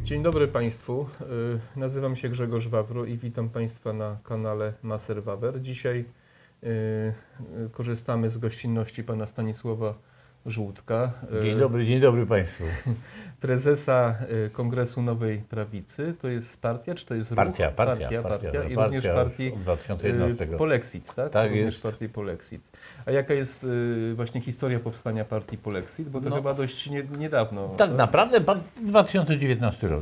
Dzień dobry Państwu, nazywam się Grzegorz Wawro i witam Państwa na kanale Maser Wawer. Dzisiaj korzystamy z gościnności pana Stanisława Żółtka. Dzień dobry Państwu. Prezesa Kongresu Nowej Prawicy. To jest partia, czy to jest ruch? Partia. I również partii 2011. Polexit, tak? Tak również jest. partii Polexit. A jaka jest właśnie historia powstania partii Polexit? Bo to chyba dość niedawno. Tak naprawdę 2019 rok.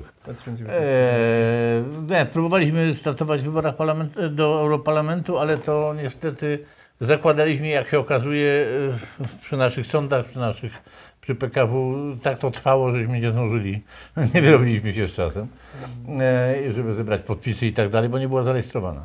2019. Próbowaliśmy startować w wyborach do Europarlamentu, ale to niestety zakładaliśmy, jak się okazuje, przy naszych sądach, przy PKW, tak to trwało, żeśmy nie zdążyli, nie wyrobiliśmy się z czasem, żeby zebrać podpisy i tak dalej, bo nie była zarejestrowana.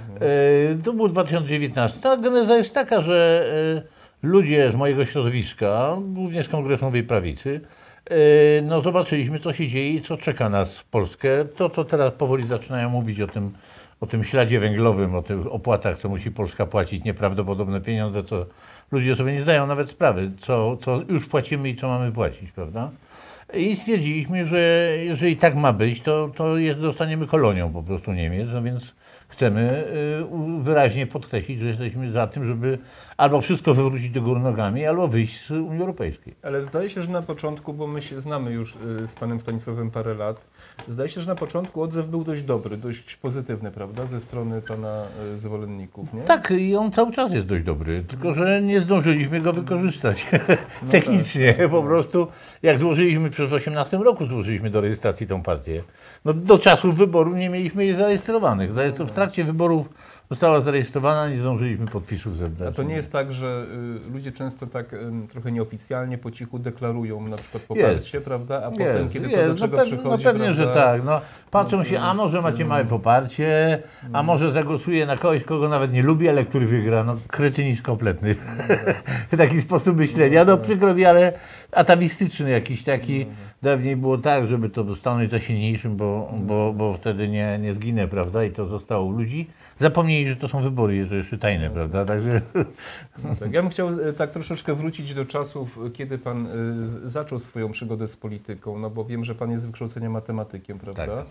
To był 2019. Ta geneza jest taka, że ludzie z mojego środowiska, głównie z Kongresu Nowej Prawicy, zobaczyliśmy, co się dzieje i co czeka nas w Polskę. To, co teraz powoli zaczynają mówić o tym śladzie węglowym, o tych opłatach, co musi Polska płacić, nieprawdopodobne pieniądze, co ludzie sobie nie zdają nawet sprawy, co już płacimy i co mamy płacić, prawda? I stwierdziliśmy, że jeżeli tak ma być, to zostaniemy kolonią po prostu Niemiec, no więc chcemy wyraźnie podkreślić, że jesteśmy za tym, żeby albo wszystko wywrócić do góry nogami, albo wyjść z Unii Europejskiej. Ale zdaje się, że na początku, bo my się znamy już z panem Stanisławem parę lat, zdaje się, że na początku odzew był dość dobry, dość pozytywny, prawda, ze strony pana zwolenników, nie? Tak, i on cały czas jest dość dobry, tylko że nie zdążyliśmy go wykorzystać technicznie. Tak. Po prostu jak złożyliśmy, przez 2018 roku złożyliśmy do rejestracji tą partię, no do czasu wyboru nie mieliśmy jej zarejestrowanych. W trakcie wyborów została zarejestrowana, nie zdążyliśmy podpisów zebrać. A to nie jest tak, że ludzie często tak trochę nieoficjalnie, po cichu deklarują na przykład poparcie, prawda? A potem, kiedy co do czego przychodzi, no pewnie, prawda? że tak. No, patrzą się, a może macie małe poparcie, a może zagłosuję na kogoś, kogo nawet nie lubię, ale który wygra. No kretynizm kompletny. Taki sposób myślenia. No przykro mi, ale atawistyczny jakiś taki. Dawniej było tak, żeby to stanąć za silniejszym, bo wtedy nie zginę, prawda? I to zostało u ludzi. Zapomnieli, że to są wybory, że jeszcze tajne, prawda? Także... No tak. Ja bym chciał tak troszeczkę wrócić do czasów, kiedy pan zaczął swoją przygodę z polityką, no bo wiem, że pan jest z wykształcenia matematykiem, prawda? Tak.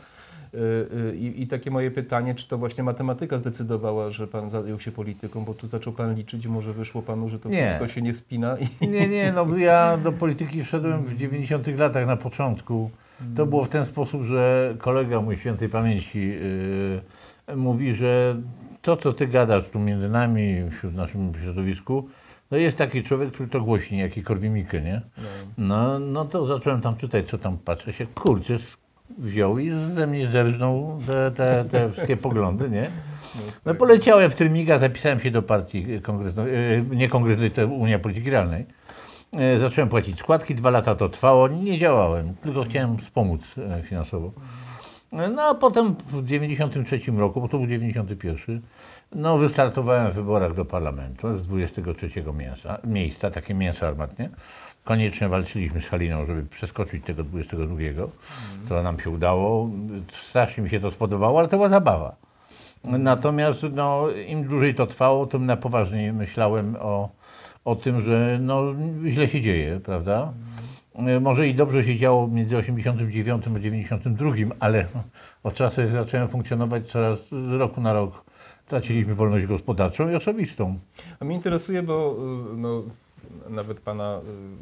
I takie moje pytanie, czy to właśnie matematyka zdecydowała, że pan zajął się polityką, bo tu zaczął pan liczyć i może wyszło panu, że to wszystko się nie spina? Nie, no ja do polityki wszedłem w 90-tych latach na początku. To było w ten sposób, że kolega mój świętej pamięci mówi, że to, co ty gadasz tu między nami, wśród naszym środowisku, no jest taki człowiek, który to głośni, jak i Korwin-Mikke, nie? No to zacząłem tam czytać, co tam patrzę się, kurczę, wziął i ze mnie zerżnął te wszystkie poglądy, nie? No poleciałem w Trymiga, zapisałem się do partii nie kongresu, to Unia Polityki Realnej. Zacząłem płacić składki, 2 lata to trwało, nie działałem, tylko chciałem wspomóc finansowo. No a potem w 93 roku, bo to był 91, no wystartowałem w wyborach do parlamentu z 23 miejsca, takie mięso armatnie. Koniecznie walczyliśmy z Haliną, żeby przeskoczyć tego 22, co nam się udało. Strasznie mi się to spodobało, ale to była zabawa. Natomiast im dłużej to trwało, tym na poważniej myślałem o tym, że źle się dzieje, prawda? Może i dobrze się działo między 89 a 92, ale od czasu jak zacząłem funkcjonować coraz z roku na rok traciliśmy wolność gospodarczą i osobistą. A mnie interesuje, bo nawet pana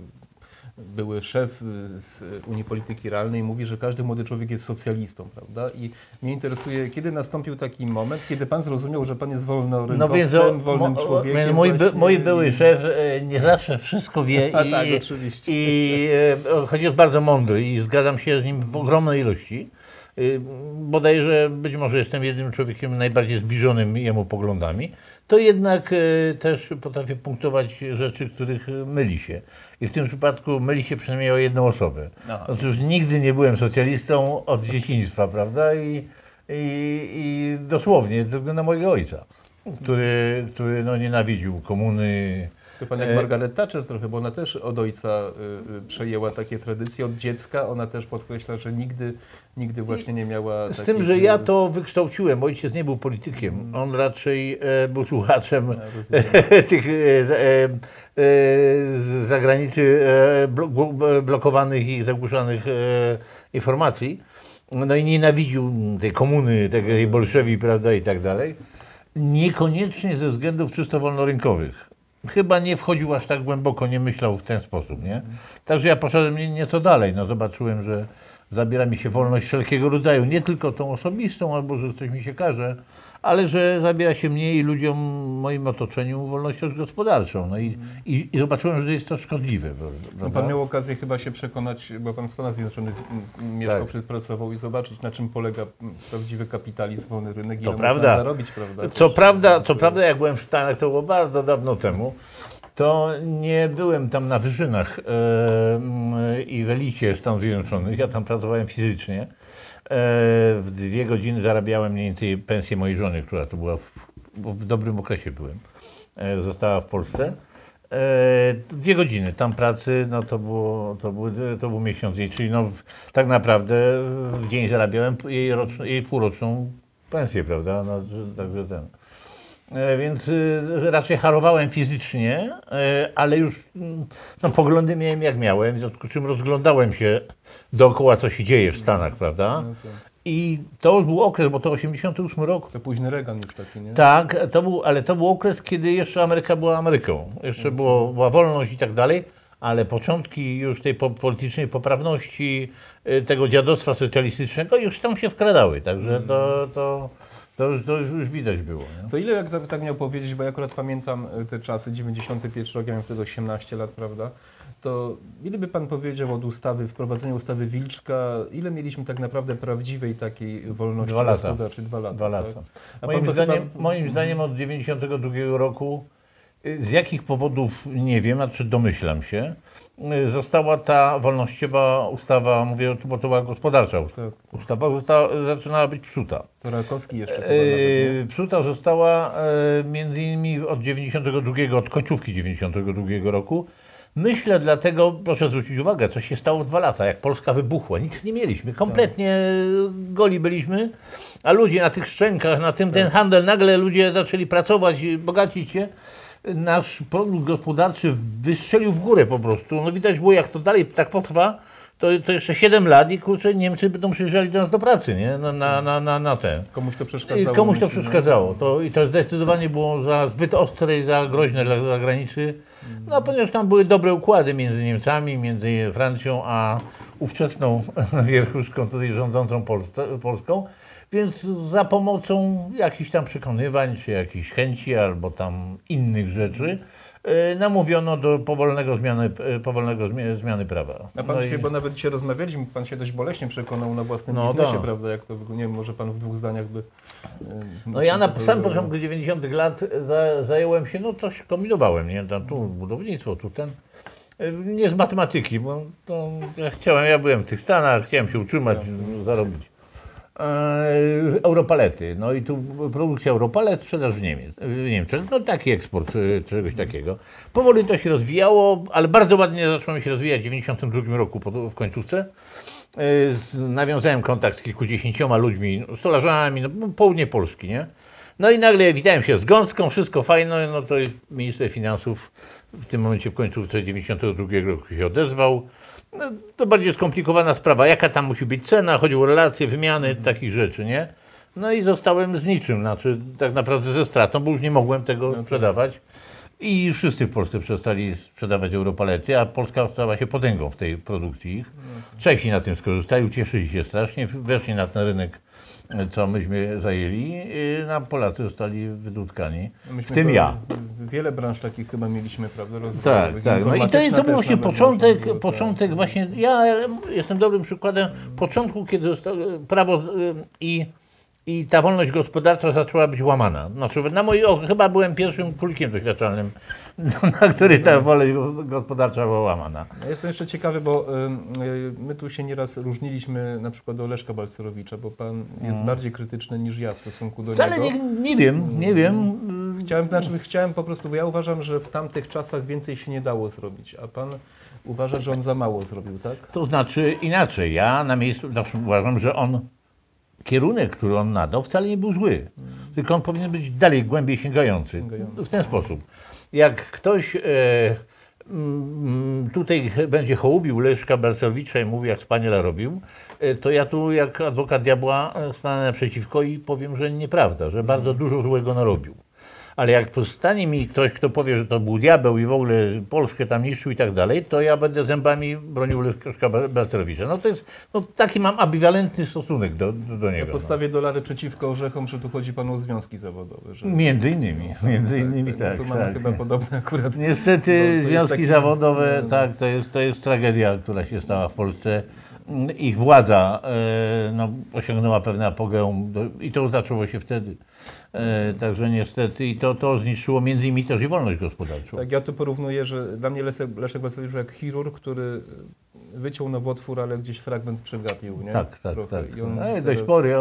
były szef z Unii Polityki Realnej mówi, że każdy młody człowiek jest socjalistą, prawda? I mnie interesuje, kiedy nastąpił taki moment, kiedy pan zrozumiał, że pan jest wolnorynkowcem, wolnym człowiekiem. Mój były szef nie zawsze wszystko wie tak, oczywiście. i choć jest bardzo mądry i zgadzam się z nim w ogromnej ilości. Bodajże być może jestem jednym człowiekiem najbardziej zbliżonym jemu poglądami, to jednak też potrafię punktować rzeczy, których myli się. I w tym przypadku myli się przynajmniej o jedną osobę. Otóż nigdy nie byłem socjalistą od dzieciństwa, prawda? I dosłownie ze względu na mojego ojca, który nienawidził komuny. To pan jak Margaret Thatcher trochę, bo ona też od ojca przejęła takie tradycje od dziecka. Ona też podkreśla, że nigdy właśnie nie miała Z tym, że ja to wykształciłem. Ojciec nie był politykiem. On raczej był słuchaczem tych z zagranicy blokowanych i zagłuszanych informacji. no i nienawidził tej komuny, tej bolszewi, prawda, i tak dalej. Niekoniecznie ze względów czysto wolnorynkowych. Chyba nie wchodził aż tak głęboko, nie myślał w ten sposób, nie? Także ja poszedłem nieco dalej, no zobaczyłem, że zabiera mi się wolność wszelkiego rodzaju, nie tylko tą osobistą, albo że coś mi się każe, ale że zabiera się mnie i ludziom w moim otoczeniu wolność też gospodarczą. No i zobaczyłem, że jest to szkodliwe. No pan miał okazję chyba się przekonać, bo pan w Stanach Zjednoczonych mieszkał, Tak. pracował i zobaczyć, na czym polega prawdziwy kapitalizm, wolny rynek i To ile prawda. można zarobić, prawda? Co prawda, jak byłem w Stanach, to było bardzo dawno temu, to nie byłem tam na wyżynach i w elicie Stanów Zjednoczonych. Ja tam pracowałem fizycznie. W 2 godziny zarabiałem mniej więcej pensję mojej żony, która to była w dobrym okresie byłem. Została w Polsce. 2 godziny tam pracy, no to był miesiąc jej, czyli no tak naprawdę w dzień zarabiałem jej półroczną pensję, prawda? No, także ten. Więc raczej harowałem fizycznie, ale już no, poglądy miałem jak miałem, w związku z czym rozglądałem się dookoła, co się dzieje w Stanach, prawda? No tak. I to już był okres, bo to 88 rok. To późny Reagan już taki, nie? Tak, ale to był okres, kiedy jeszcze Ameryka była Ameryką. Jeszcze była wolność i tak dalej, ale początki już tej politycznej poprawności, tego dziadostwa socjalistycznego już tam się wkradały. Także to już widać było. Nie? To ile, jak tak miał powiedzieć, bo ja akurat pamiętam te czasy, 91 rok, ja miałem wtedy 18 lat, prawda? To ile by pan powiedział od wprowadzenia ustawy Wilczka, ile mieliśmy tak naprawdę prawdziwej takiej wolności 2 lata. gospodarczej? 2 lata. 2 lata. Tak? A pan Moim zdaniem od 92 roku, z jakich powodów nie wiem, znaczy domyślam się, została ta wolnościowa ustawa, mówię, bo to była gospodarcza ustawa, zaczynała być psuta. To Rakowski jeszcze chyba nawet, nie? Psuta została między innymi od końcówki 92 roku. Myślę dlatego, proszę zwrócić uwagę, co się stało w 2 lata, jak Polska wybuchła. Nic nie mieliśmy, kompletnie goli byliśmy, a ludzie na tych szczękach, ten handel, nagle ludzie zaczęli pracować, bogacić się. Nasz produkt gospodarczy wystrzelił w górę po prostu. No widać było, jak to dalej tak potrwa, to jeszcze 7 lat i kurczę, Niemcy będą przyjeżdżali do nas do pracy, nie? Na te. Komuś to przeszkadzało. Komuś to przeszkadzało. I to zdecydowanie było zbyt ostre i za groźne dla zagranicy. No ponieważ tam były dobre układy między Niemcami, między Francją, a ówczesną wierchuszką tutaj rządzącą Polską. Więc za pomocą jakichś tam przekonywań, czy jakichś chęci, albo tam innych rzeczy, namówiono do powolnego zmiany prawa. A pan bo nawet dzisiaj rozmawialiśmy, pan się dość boleśnie przekonał na własnym biznesie, prawda? Jak to wygląda? Nie wiem, może pan w 2 zdaniach by... No ja na samym początku 90 lat zająłem się, no coś kombinowałem, nie? Tam tu budownictwo, tu ten. Nie z matematyki, bo to ja byłem w tych Stanach, chciałem się utrzymać, zarobić. Europalety. No i tu produkcja Europalet, sprzedaż w Niemczech. No taki eksport czegoś takiego. Powoli to się rozwijało, ale bardzo ładnie zaczęło się rozwijać w 92 roku w końcówce. Nawiązałem kontakt z kilkudziesięcioma ludźmi, stolarzami, no, południe Polski, nie? No i nagle witałem się z gąską, wszystko fajne, no to minister finansów w tym momencie w końcówce 92 roku się odezwał. No, to bardziej skomplikowana sprawa, jaka tam musi być cena, chodzi o relacje, wymiany, takich rzeczy, nie? No i zostałem z niczym, znaczy tak naprawdę ze stratą, bo już nie mogłem tego sprzedawać. I wszyscy w Polsce przestali sprzedawać Europalety, a Polska stała się potęgą w tej produkcji ich. Czesi na tym skorzystali, ucieszyli się strasznie, weszli na ten rynek, co myśmy zajęli, a Polacy zostali wydłutkani, w tym ja. Wiele branż takich chyba mieliśmy, prawda? Tak. No i to był właśnie początek właśnie, ja jestem dobrym przykładem początku, kiedy prawo i ta wolność gospodarcza zaczęła być łamana. Znaczy, chyba byłem pierwszym królikiem doświadczalnym, na który ta wolność gospodarcza była łamana. Ja jestem jeszcze ciekawy, bo my tu się nieraz różniliśmy na przykład do Leszka Balcerowicza, bo pan jest bardziej krytyczny niż ja w stosunku do Wcale niego. Nie wiem. Chciałem po prostu, bo ja uważam, że w tamtych czasach więcej się nie dało zrobić, a pan uważa, że on za mało zrobił, tak? To znaczy inaczej, ja na miejscu zawsze uważam, że kierunek, który on nadał, wcale nie był zły. Tylko on powinien być dalej, głębiej sięgający. W ten sposób. Jak ktoś tutaj będzie hołubił Leszka Balcerowicza i mówi, jak wspaniale robił, to ja tu jak adwokat diabła stanę naprzeciwko i powiem, że nieprawda, że bardzo dużo złego narobił. Ale jak stanie mi ktoś, kto powie, że to był diabeł i w ogóle Polskę tam niszczył i tak dalej, to ja będę zębami bronił Leszka Balcerowicza. No to jest, taki mam ambiwalentny stosunek do niego. Ja postawię dolary przeciwko orzechom, że tu chodzi panu o związki zawodowe. Że... Między innymi tak. Tu mamy chyba podobne akurat. Niestety związki zawodowe, tak, to jest tragedia, która się stała w Polsce. Ich władza osiągnęła pewne apogeum i to zaczęło się wtedy. Także niestety i to zniszczyło między innymi też i wolność gospodarczą. Tak, ja to porównuję, że dla mnie Leszek Balcerowicz jak chirurg, który wyciął nowotwór, ale gdzieś fragment przegapił, nie? Tak. I on dość spory,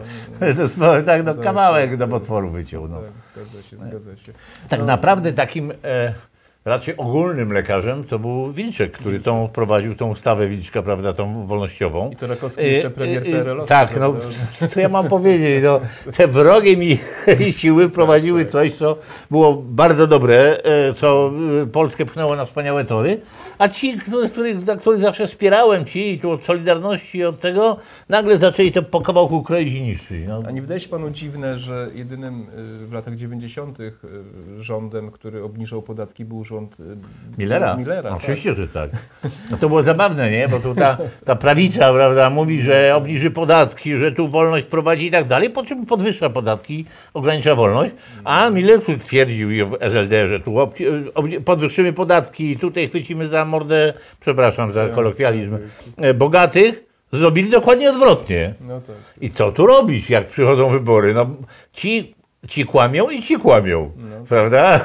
kawałek nowotworu wyciął. No. Tak, zgadza się. Tak naprawdę takim raczej ogólnym lekarzem to był Wilczek, który wprowadził tą ustawę Wilczka, prawda, tą wolnościową. I to Rakowski jeszcze premier PRL-owski. Tak, co ja mam powiedzieć, te wrogie mi siły wprowadziły coś, co było bardzo dobre, co Polskę pchnęło na wspaniałe tory, a ci, których zawsze wspierałem, ci tu od Solidarności, od tego, nagle zaczęli to po kawałku kroić i niszczyć. A nie wydaje się panu dziwne, że jedynym w latach 90. rządem, który obniżał podatki, był rząd Millera? Tak. Oczywiście, że tak. No to było zabawne, nie? Bo tu ta prawica, prawda, mówi, że obniży podatki, że tu wolność prowadzi i tak dalej, po czym podwyższa podatki, ogranicza wolność, a Miller twierdził i w SLD, że tu podwyższymy podatki, tutaj chwycimy za mordę, przepraszam za kolokwializm, bogatych, zrobili dokładnie odwrotnie. No tak. I co tu robić, jak przychodzą wybory? No, ci kłamią i ci kłamią, prawda?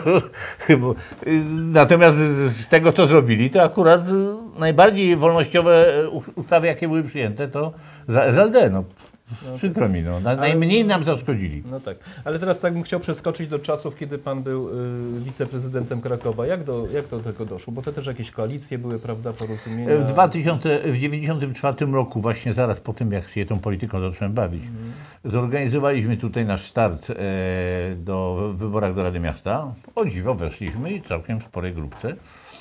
Natomiast z tego, co zrobili, to akurat najbardziej wolnościowe ustawy, jakie były przyjęte, to za SLD. Przykro mi, najmniej nam zaszkodzili. No tak, ale teraz tak bym chciał przeskoczyć do czasów, kiedy pan był wiceprezydentem Krakowa. Jak do tego doszło? Bo to też jakieś koalicje były, prawda, porozumienia? W 1994 roku, właśnie zaraz po tym, jak się tą polityką zacząłem bawić, zorganizowaliśmy tutaj nasz start do wyborach do Rady Miasta. O dziwo weszliśmy i całkiem sporej grupce.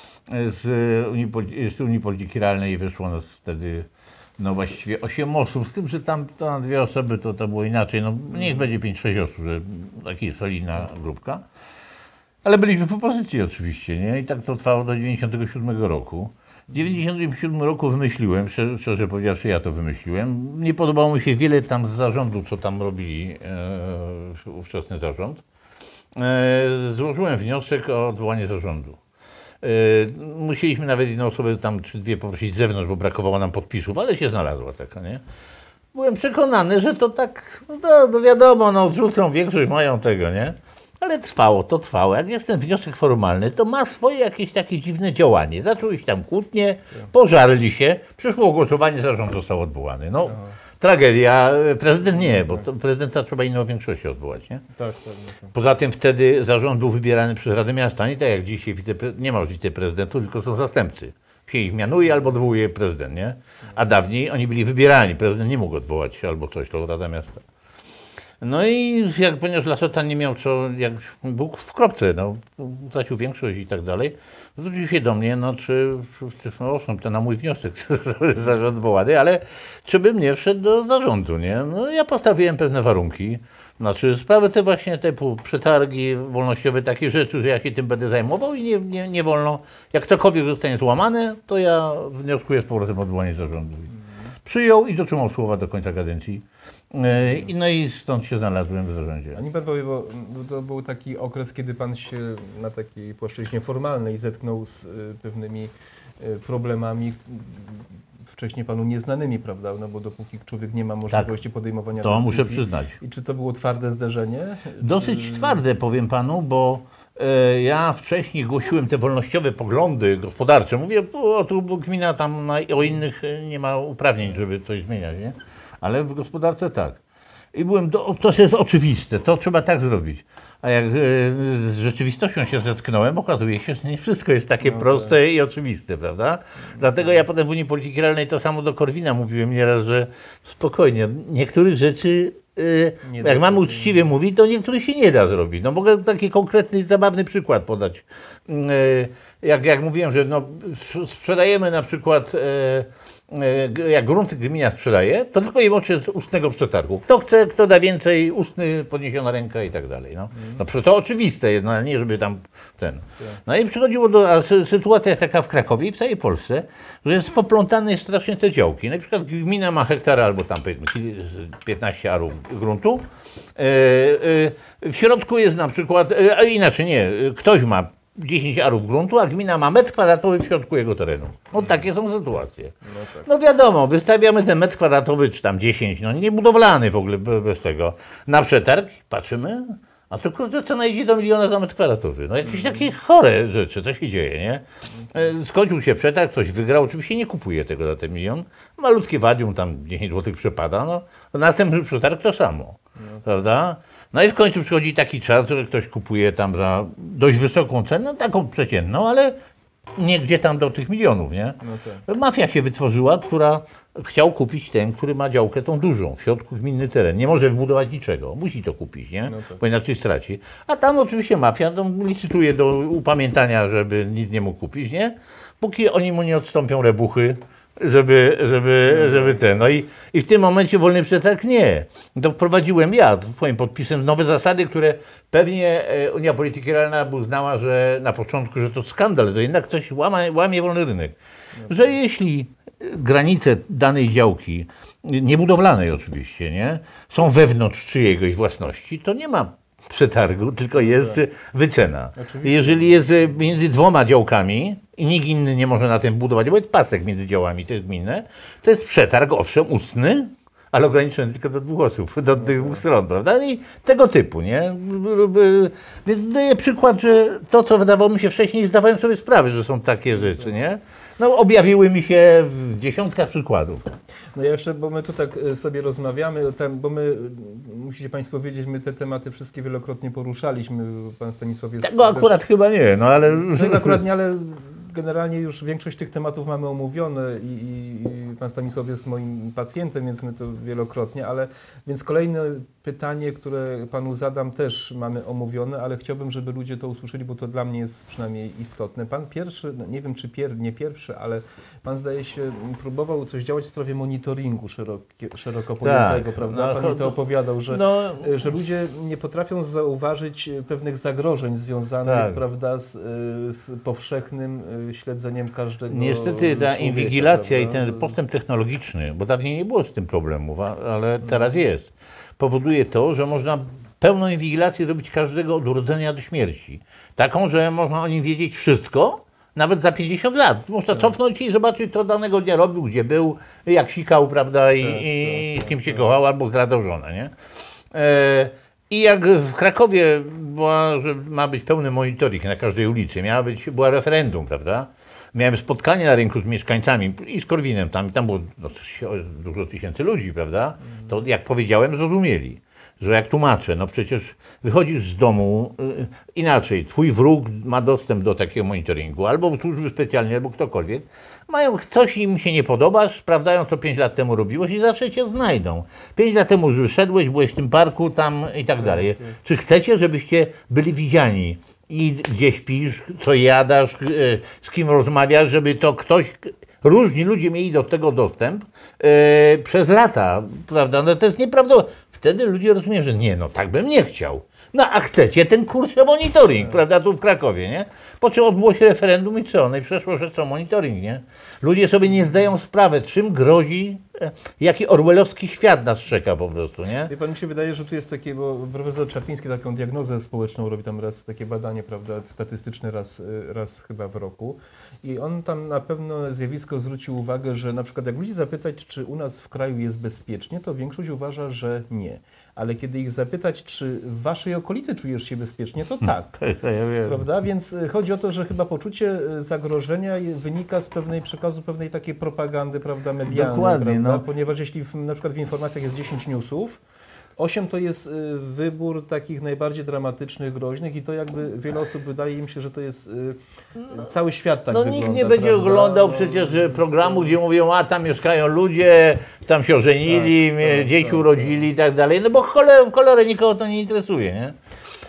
Z Unii Polityki Realnej wyszło nas wtedy właściwie 8 osób, z tym, że tam to na 2 osoby to było inaczej. Niech będzie 5-6 osób, że taka solidna grupka. Ale byliśmy w opozycji oczywiście, nie? I tak to trwało do 1997 roku. W 1997 roku wymyśliłem, szczerze powiedziawszy, ja to wymyśliłem. Nie podobało mi się wiele tam z zarządu, co tam robili ówczesny zarząd. Złożyłem wniosek o odwołanie zarządu. Musieliśmy nawet jedną osobę tam czy dwie poprosić z zewnątrz, bo brakowało nam podpisów, ale się znalazła taka, nie? Byłem przekonany, że to tak, wiadomo, odrzucą, większość mają tego, nie? Ale to trwało. Jak jest ten wniosek formalny, to ma swoje jakieś takie dziwne działanie. Zaczęły się tam kłótnie, pożarli się, przyszło głosowanie, zarząd został odwołany. Tragedia. Prezydent nie, bo prezydenta trzeba inną większością odwołać, nie? Tak. Poza tym wtedy zarząd był wybierany przez Radę Miasta, nie tak jak dzisiaj nie ma wiceprezydentów, tylko są zastępcy. Się ich mianuje albo odwołuje prezydent, nie? A dawniej oni byli wybierani, prezydent nie mógł odwołać albo coś, to Rada Miasta. No i ponieważ Lassota nie miał jak był w kropce, stracił większość i tak dalej, zwrócił się do mnie, owszem, to na mój wniosek zarząd odwołany, ale czy bym nie wszedł do zarządu, nie? Ja postawiłem pewne warunki, sprawy te właśnie typu przetargi wolnościowe, takie rzeczy, że ja się tym będę zajmował i nie wolno, jak cokolwiek zostanie złamane, to ja wnioskuję z powrotem o odwołanie zarządu. Przyjął i dotrzymał słowa do końca kadencji. I stąd się znalazłem w zarządzie. A nie pan powie, bo to był taki okres, kiedy pan się na takiej płaszczyźnie formalnej zetknął z pewnymi problemami wcześniej panu nieznanymi, prawda? Bo dopóki człowiek nie ma możliwości podejmowania decyzji. To muszę przyznać. I czy to było twarde zderzenie? Dosyć twarde, powiem panu, bo ja wcześniej głosiłem te wolnościowe poglądy gospodarcze. Mówię, tu gmina tam o innych nie ma uprawnień, żeby coś zmieniać, nie? Ale w gospodarce tak. I to jest oczywiste, to trzeba tak zrobić. A jak z rzeczywistością się zetknąłem, okazuje się, że nie wszystko jest takie proste i oczywiste, prawda? Dlatego ja potem w Unii Polityki Realnej to samo do Korwina mówiłem nieraz, że spokojnie, niektórych rzeczy, jak mamy uczciwie mówić, to niektórych się nie da zrobić. Mogę taki konkretny, zabawny przykład podać. jak mówiłem, że no, sprzedajemy na przykład, jak grunty gmina sprzedaje, to tylko i wyłącznie z ustnego przetargu. Kto chce, kto da więcej, ustny, podniesiona ręka i tak dalej. No to oczywiste jest, no, nie żeby tam ten. No i przychodziło sytuacja jest taka w Krakowie i w całej Polsce, że jest poplątane strasznie te działki. Na przykład gmina ma hektara albo tam powiedzmy 15 arów gruntu. W środku jest na przykład, a inaczej nie, ktoś ma 10 arów gruntu, a gmina ma metr kwadratowy w środku jego terenu. No takie są sytuacje. No wiadomo, wystawiamy ten metr kwadratowy, czy tam 10, no niebudowlany w ogóle bez tego, na przetarg, patrzymy, a to kurde cena idzie do 1 miliona za metr kwadratowy. No jakieś takie chore rzeczy, co się dzieje, nie? Skończył się przetarg, ktoś wygrał, oczywiście nie kupuje tego za ten 1 milion, malutkie wadium, tam 10 zł przepada, no następny przetarg to samo, prawda? No i w końcu przychodzi taki czas, że ktoś kupuje tam za dość wysoką cenę, no taką przeciętną, ale nie gdzie tam do tych milionów, nie? Mafia się wytworzyła, która chciał kupić ten, który ma działkę tą dużą, w środku gminny teren. Nie może wbudować niczego, musi to kupić, nie? Bo inaczej straci. A tam oczywiście mafia licytuje do upamiętania, żeby nic nie mógł kupić, nie? Póki oni mu nie odstąpią rebuchy, żeby ten. No i w tym momencie wolny przetarg nie. To wprowadziłem ja swoim podpisem nowe zasady, które pewnie Unia Polityki Realnej uznała, że na początku, że to skandal, to jednak coś łamie wolny rynek. Że jeśli granice danej działki, niebudowlanej oczywiście, nie, są wewnątrz czyjegoś własności, to nie ma przetargu, tylko jest wycena. Jeżeli jest między dwoma działkami i nikt inny nie może na tym budować, bo jest pasek między działami, to jest gminne, to jest przetarg, owszem, ustny, ale ograniczony tylko do 2 osób, do tych 2 stron, prawda? I tego typu, nie? Więc daję przykład, że to, co wydawało mi się wcześniej, zdawałem sobie sprawę, że są takie rzeczy, nie? No, objawiły mi się w dziesiątkach przykładów. No jeszcze, bo my tu tak sobie rozmawiamy, bo my, musicie Państwo wiedzieć, my te tematy wszystkie wielokrotnie poruszaliśmy. Pan Stanisław jest... Tego akurat też... chyba nie, no ale... Tego akurat nie, ale generalnie już większość tych tematów mamy omówione i pan Stanisław jest moim pacjentem, więc my to wielokrotnie, ale więc kolejne pytanie, które panu zadam, też mamy omówione, ale chciałbym, żeby ludzie to usłyszeli, bo to dla mnie jest przynajmniej istotne. Pan pierwszy, no nie wiem czy nie pierwszy, ale pan zdaje się próbował coś działać w sprawie monitoringu szeroko pojętego, tak, prawda? Pan mi to opowiadał, że ludzie nie potrafią zauważyć pewnych zagrożeń związanych, prawda, z powszechnym śledzeniem każdego Niestety ta inwigilacja prawda? I ten postęp technologiczny, bo dawniej nie było z tym problemów, ale teraz jest, powoduje to, że można pełną inwigilację zrobić każdego od urodzenia do śmierci. Taką, że można o nim wiedzieć wszystko, nawet za 50 lat. Można cofnąć i zobaczyć, co danego dnia robił, gdzie był, jak sikał, prawda, i z kim się kochał, albo zdradzał żonę, nie? I jak w Krakowie że ma być pełny monitoring na każdej ulicy, była referendum, prawda? Miałem spotkanie na rynku z mieszkańcami i z Korwinem, tam było dużo tysięcy ludzi, prawda? To jak powiedziałem, zrozumieli, że jak tłumaczę, no przecież wychodzisz z domu inaczej, twój wróg ma dostęp do takiego monitoringu, albo służby specjalne, albo ktokolwiek, coś im się nie podoba, sprawdzają, co 5 lat temu robiłeś i zawsze cię znajdą. 5 lat temu już wyszedłeś, byłeś w tym parku tam i tak dalej. Czy chcecie, żebyście byli widziani? I gdzie śpisz, co jadasz, z kim rozmawiasz, żeby to różni ludzie mieli do tego dostęp przez lata, prawda? No to jest nieprawdopodobne. Wtedy ludzie rozumieją, że nie, no tak bym nie chciał. No a chcecie ten kurczę monitoring, prawda, tu w Krakowie, nie? Po czym odbyło się referendum i co? No i przeszło, że co, monitoring, nie? Ludzie sobie nie zdają sprawy, czym grozi, jaki orwellowski świat nas czeka po prostu, nie? Wie pan, mi się wydaje, że tu jest takie, bo profesor Czapliński taką diagnozę społeczną robi tam raz, takie badanie, prawda, statystyczne raz chyba w roku i on tam na pewno zjawisko zwrócił uwagę, że na przykład jak ludzi zapytać, czy u nas w kraju jest bezpiecznie, to większość uważa, że nie. Ale kiedy ich zapytać, czy w waszej okolicy czujesz się bezpiecznie, to tak. Prawda? Więc chodzi o to, że chyba poczucie zagrożenia wynika z przekazu pewnej takiej propagandy, prawda, medialnej. Dokładnie, prawda? no. Ponieważ jeśli na przykład w informacjach jest 10 newsów, 8 to jest wybór takich najbardziej dramatycznych, groźnych i to jakby wiele osób wydaje im się, że to jest cały świat tak wygląda. Nikt nie będzie oglądał przecież programu, gdzie mówią, a tam mieszkają ludzie, tam się ożenili, dzieci urodzili i tak dalej, no bo w cholerę nikogo to nie interesuje, nie?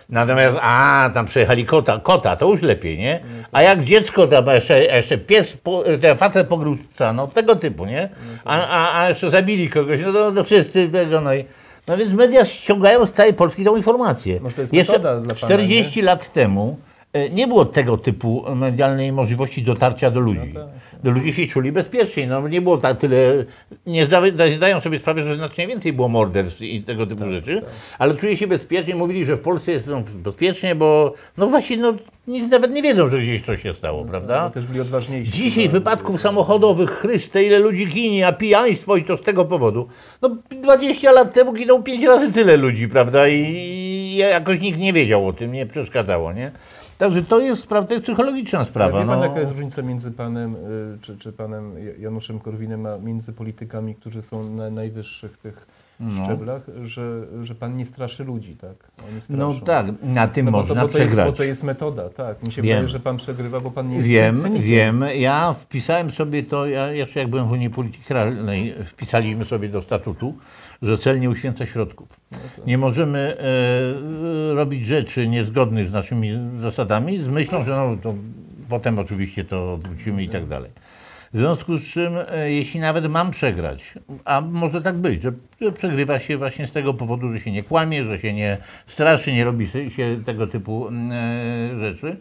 Natomiast, tam przejechali kota, to już lepiej, nie? A jak dziecko, to jeszcze pies, ten facet pogróżca, no tego typu, nie? A jeszcze zabili kogoś, no to wszyscy tego, no więc media ściągają z całej Polski tą informację. Może to jest Jeszcze metoda dla pana, 40 lat temu nie było tego typu medialnej możliwości dotarcia do ludzi. No tak. Do ludzi się czuli bezpieczniej. No, nie było tak tyle. Nie zdają sobie sprawę, że znacznie więcej było morderstw i tego typu rzeczy, ale czuli się bezpiecznie. Mówili, że w Polsce jest bezpiecznie, bo no właśnie nic nawet nie wiedzą, że gdzieś coś się stało, prawda? No, też byli odważniejsi. Dzisiaj wypadków samochodowych, Chryste, ile ludzi ginie, a pijaństwo i to z tego powodu. No 20 lat temu ginął 5 razy tyle ludzi, prawda? I jakoś nikt nie wiedział o tym, nie przeszkadzało, nie? Także to jest psychologiczna sprawa. Wie pan, jaka jest różnica między panem, czy panem Januszem Korwinem, a między politykami, którzy są na najwyższych tych szczeblach, że pan nie straszy ludzi, tak? Oni straszą. No tak, na tym można przegrać. Bo to jest metoda, tak. Mi się wydaje, że pan przegrywa, bo pan nie jest cynikiem. Wiem. Ja wpisałem sobie to, jeszcze jak byłem w Unii Polityki Realnej, wpisaliśmy sobie do statutu, że cel nie uświęca środków. Nie możemy robić rzeczy niezgodnych z naszymi zasadami z myślą, że to potem oczywiście to odwrócimy i tak dalej. W związku z czym, jeśli nawet mam przegrać, a może tak być, że przegrywa się właśnie z tego powodu, że się nie kłamie, że się nie straszy, nie robi się tego typu rzeczy.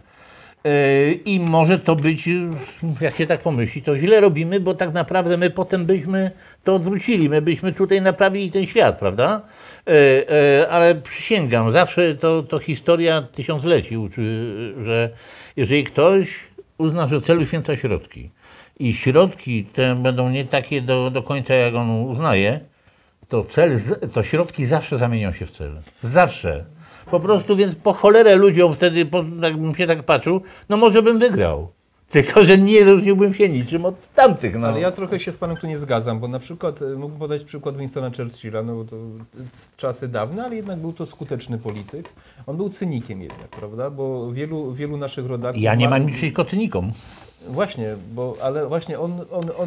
I może to być, jak się tak pomyśli, to źle robimy, bo tak naprawdę my potem byśmy to odwrócili, my byśmy tutaj naprawili ten świat, prawda? Ale przysięgam, zawsze to historia tysiącleci uczy, że jeżeli ktoś uzna, że cel uświęca środki i środki te będą nie takie do końca, jak on uznaje, to środki zawsze zamienią się w cel. Zawsze. Po prostu, więc po cholerę ludziom wtedy, jakbym się tak patrzył, no może bym wygrał. Tylko że nie różniłbym się niczym od tamtych. No. Ale ja trochę się z panem tu nie zgadzam, bo na przykład mógłbym podać przykład Winstona Churchilla, no bo to czasy dawne, ale jednak był to skuteczny polityk. On był cynikiem jednak, prawda? Bo wielu naszych rodaków... Ja nie mam nic przeciwko cynikom. Właśnie, ale właśnie on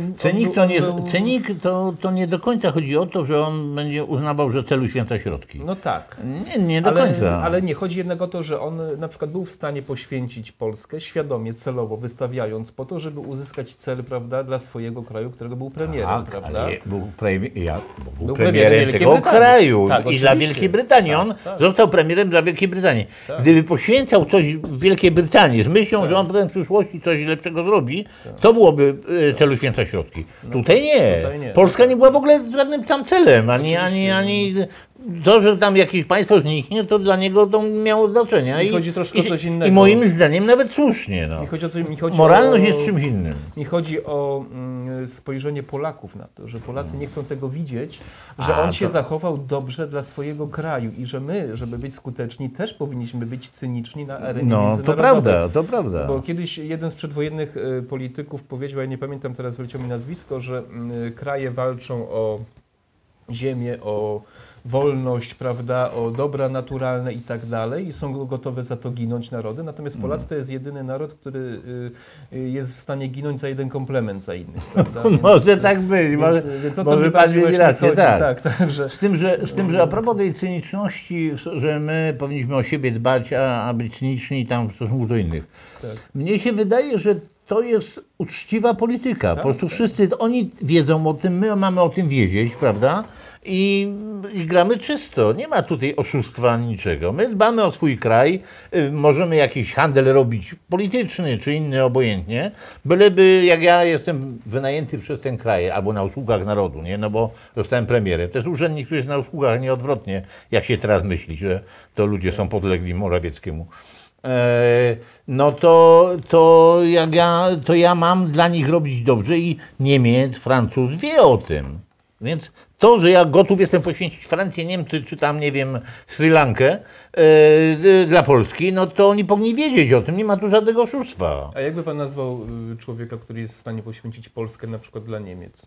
Cynik to nie do końca chodzi o to, że on będzie uznawał, że cel uświęca środki. No tak. Nie do końca. Ale nie, chodzi jednak o to, że on na przykład był w stanie poświęcić Polskę świadomie, celowo, wystawiając po to, żeby uzyskać cel, prawda, dla swojego kraju, którego był premierem, prawda? Ale był premierem tego kraju i dla Wielkiej Brytanii. On został premierem dla Wielkiej Brytanii. Tak. Gdyby poświęcał coś w Wielkiej Brytanii z myślą, że on potem w przyszłości coś lepszego zrobi, to byłoby cel uświęca środki. Tutaj nie. Polska nie była w ogóle żadnym tam celem, ani to, że tam jakieś państwo zniknie, to dla niego to miało znaczenia. Mi chodzi troszkę o coś innego. I moim zdaniem nawet słusznie. No. Moralność jest czymś innym. Mi chodzi o spojrzenie Polaków na to, że Polacy nie chcą tego widzieć, że on się zachował dobrze dla swojego kraju i że my, żeby być skuteczni, też powinniśmy być cyniczni na arenie międzynarodowej. To prawda. Bo kiedyś jeden z przedwojennych polityków powiedział, ja nie pamiętam teraz, wyleciał mi nazwisko, że kraje walczą o ziemię, o wolność, prawda, o dobra naturalne i tak dalej i są gotowe za to ginąć narody, natomiast Polacy to jest jedyny naród, który jest w stanie ginąć za jeden komplement za innych, prawda? Może tak być, może pan mieć rację, tak. Że... Z tym, że a propos tej cyniczności, że my powinniśmy o siebie dbać, a być cyniczni tam w stosunku do innych. Tak. Mnie się wydaje, że to jest uczciwa polityka. Po prostu wszyscy, oni wiedzą o tym, my mamy o tym wiedzieć, prawda? I gramy czysto. Nie ma tutaj oszustwa ani niczego. My dbamy o swój kraj, możemy jakiś handel robić polityczny czy inny, obojętnie, byleby jak ja jestem wynajęty przez ten kraj albo na usługach narodu, nie? No bo zostałem premierem. To jest urzędnik, który jest na usługach, nie odwrotnie, jak się teraz myśli, że to ludzie są podlegli Morawieckiemu. No to ja mam dla nich robić dobrze i Niemiec, Francuz wie o tym. Więc to, że ja gotów jestem poświęcić Francję, Niemcy, czy tam, nie wiem, Sri Lankę dla Polski, no to oni powinni wiedzieć o tym, nie ma tu żadnego oszustwa. A jakby pan nazwał człowieka, który jest w stanie poświęcić Polskę na przykład dla Niemiec?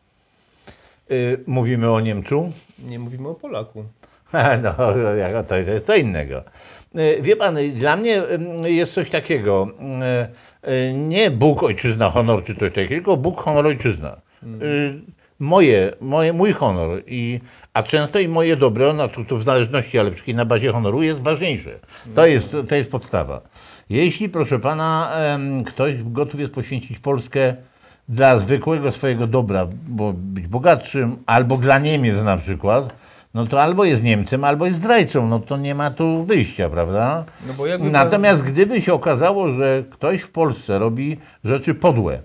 Mówimy o Niemcu? Nie mówimy o Polaku. No, to jest co innego. Wie pan, dla mnie jest coś takiego, nie Bóg, ojczyzna, honor czy coś takiego, tylko Bóg, honor, ojczyzna. mój honor, a często i moje dobro, to w zależności, ale wszystkie na bazie honoru jest ważniejsze. To jest podstawa. Jeśli, proszę pana, ktoś gotów jest poświęcić Polskę dla zwykłego swojego dobra, bo być bogatszym, albo dla Niemiec na przykład, no to albo jest Niemcem, albo jest zdrajcą, no to nie ma tu wyjścia, prawda? No bo jakby Natomiast gdyby się okazało, że ktoś w Polsce robi rzeczy podłe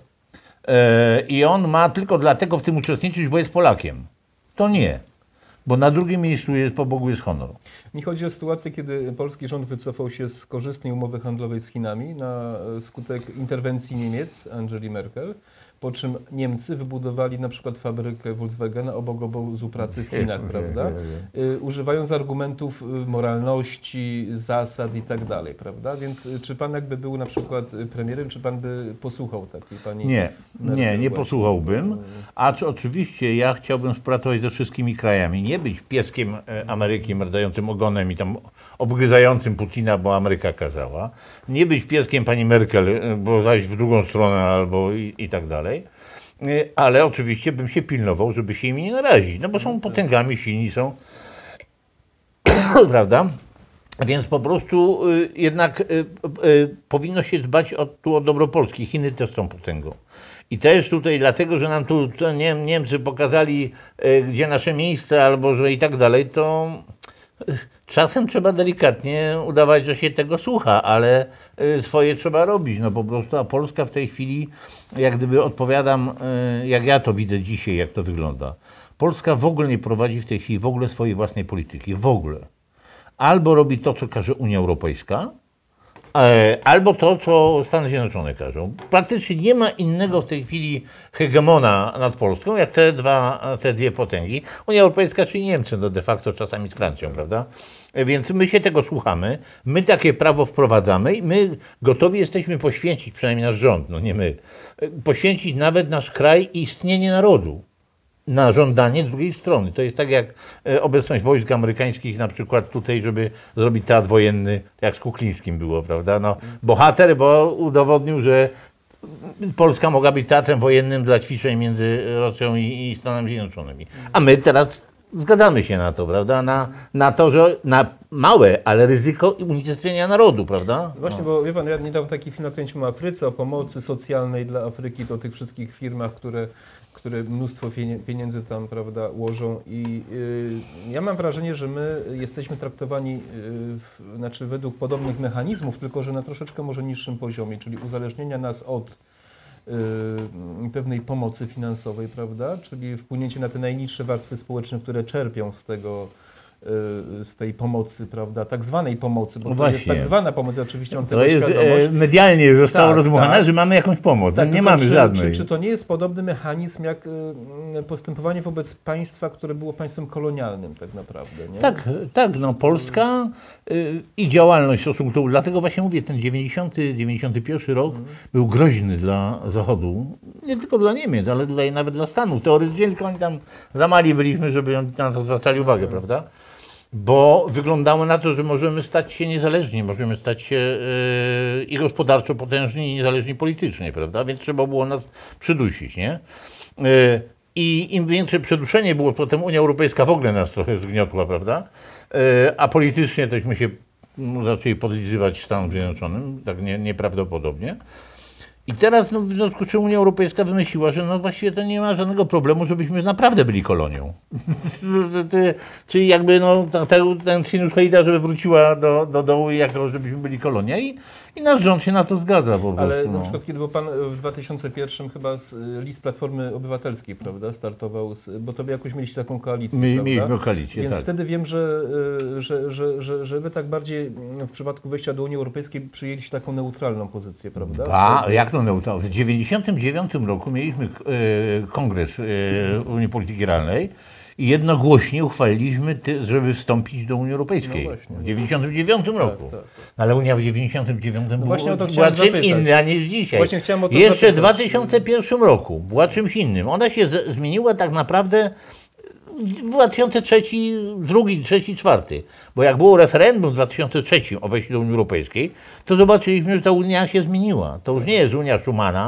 i on ma tylko dlatego w tym uczestniczyć, bo jest Polakiem, to nie. Bo na drugim miejscu jest, po Bogu, jest honor. Mi chodzi o sytuację, kiedy polski rząd wycofał się z korzystnej umowy handlowej z Chinami na skutek interwencji Niemiec, Angeli Merkel, po czym Niemcy wybudowali na przykład fabrykę Volkswagena obok obozu pracy w Chinach, prawda? Używając argumentów moralności, zasad i tak dalej, prawda? Więc czy pan jakby był na przykład premierem, czy pan by posłuchał takiej pani Merkel? Nie posłuchałbym. Acz oczywiście ja chciałbym współpracować ze wszystkimi krajami. Nie być pieskiem Ameryki merdającym ogonem i tam obgryzającym Putina, bo Ameryka kazała. Nie być pieskiem pani Merkel, bo zajść w drugą stronę albo i tak dalej. Ale oczywiście bym się pilnował, żeby się im nie narazić. No bo są potęgami, silni są. Prawda? Więc po prostu jednak powinno się dbać o dobro Polski. Chiny też są potęgą. I też tutaj dlatego, że nam tu Niemcy pokazali, gdzie nasze miejsce albo że i tak dalej, to czasem trzeba delikatnie udawać, że się tego słucha, ale swoje trzeba robić. No po prostu, a Polska w tej chwili, jak gdyby odpowiadam, jak ja to widzę dzisiaj, jak to wygląda. Polska w ogóle nie prowadzi w tej chwili w ogóle swojej własnej polityki. W ogóle. Albo robi to, co każe Unia Europejska, albo to, co Stany Zjednoczone każą. Praktycznie nie ma innego w tej chwili hegemona nad Polską, jak te dwie potęgi. Unia Europejska, czyli Niemcy, no de facto czasami z Francją, prawda? Więc my się tego słuchamy, my takie prawo wprowadzamy i my gotowi jesteśmy poświęcić, przynajmniej nasz rząd, no nie my, poświęcić nawet nasz kraj i istnienie narodu na żądanie drugiej strony. To jest tak jak obecność wojsk amerykańskich na przykład tutaj, żeby zrobić teatr wojenny, jak z Kuklińskim było, prawda? No, bohater, bo udowodnił, że Polska mogła być teatrem wojennym dla ćwiczeń między Rosją i Stanami Zjednoczonymi. A my teraz zgadzamy się na to, prawda? Na to, że na małe, ale ryzyko unicestwienia narodu, prawda? Właśnie, bo wie pan, ja niedawno taki film nakręciłem o Afryce, o pomocy socjalnej dla Afryki, to o tych wszystkich firmach, które mnóstwo pieniędzy tam, prawda, łożą i ja mam wrażenie, że my jesteśmy traktowani znaczy według podobnych mechanizmów, tylko że na troszeczkę może niższym poziomie, czyli uzależnienia nas od pewnej pomocy finansowej, prawda, czyli wpłynięcie na te najniższe warstwy społeczne, które czerpią z tej pomocy, prawda, tak zwanej pomocy, bo to jest tak zwana pomoc, oczywiście mam tego świadomość. To jest medialnie zostało rozdmuchane, że mamy jakąś pomoc, tak, nie mamy żadnej. Czy to nie jest podobny mechanizm jak postępowanie wobec państwa, które było państwem kolonialnym tak naprawdę, nie? Tak, no Polska i działalność w stosunku do tego, dlatego właśnie mówię, ten 91 rok był groźny dla Zachodu, nie tylko dla Niemiec, ale nawet dla Stanów. Teoretycznie tylko oni tam za mali byliśmy, żeby na to zwracali uwagę, prawda? Bo wyglądało na to, że możemy stać się niezależni, możemy stać się i gospodarczo potężni, i niezależni politycznie, prawda? Więc trzeba było nas przydusić, nie? I im większe przyduszenie było, potem Unia Europejska w ogóle nas trochę zgniotła, prawda? A politycznie tośmy się zaczęli podlizywać Stanom Zjednoczonym, tak nieprawdopodobnie. I teraz no, w związku z czym Unia Europejska wymyśliła, że no właściwie to nie ma żadnego problemu, żebyśmy naprawdę byli kolonią. Czyli jakby no, ten sinusoida, żeby wróciła do dołu jako żebyśmy byli kolonia i nasz rząd się na to zgadza po prostu. Ale na przykład kiedy był pan w 2001 chyba list Platformy Obywatelskiej, prawda, startował, bo to jakoś mieliście taką koalicję, Mieliśmy koalicję, więc tak. wtedy wiem, że wy tak bardziej w przypadku wejścia do Unii Europejskiej przyjęliście taką neutralną pozycję, prawda? Jak to neutralną? W 1999 roku mieliśmy kongres Unii Polityki Realnej i jednogłośnie uchwaliliśmy, żeby wstąpić do Unii Europejskiej. No właśnie. W 1999 roku. Tak. Ale Unia w 1999 była czym inna niż dzisiaj. Właśnie chciałem o to Jeszcze w zapytać. 2001 roku była czymś innym. Ona się zmieniła tak naprawdę w 2003, 2003, 2004. Bo jak było referendum w 2003 o wejściu do Unii Europejskiej, to zobaczyliśmy, że ta Unia się zmieniła. To już nie jest Unia Schumana,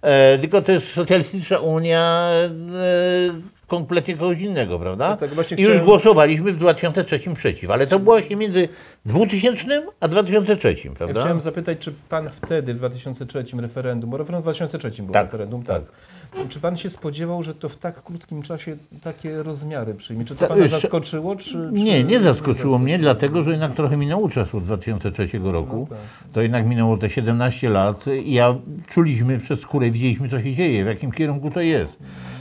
Tylko to jest socjalistyczna Unia kompletnie kogoś innego, prawda? Ja tak właśnie I już chciałem- głosowaliśmy w 2003 przeciw, ale to było właśnie między 2000 a 2003, Ja prawda? chciałem zapytać, czy pan wtedy w 2003 referendum, bo referendum w 2003 było Tak, referendum, tak. Czy pan się spodziewał, że to w tak krótkim czasie takie rozmiary przyjmie? Czy to Ta- pana jeszcze- zaskoczyło? Czy Nie zaskoczyło mnie, dlatego że jednak trochę minęło czasu od 2003 roku. No tak. To jednak minęło te 17 lat i czuliśmy przez skórę, widzieliśmy co się dzieje, w jakim kierunku to jest.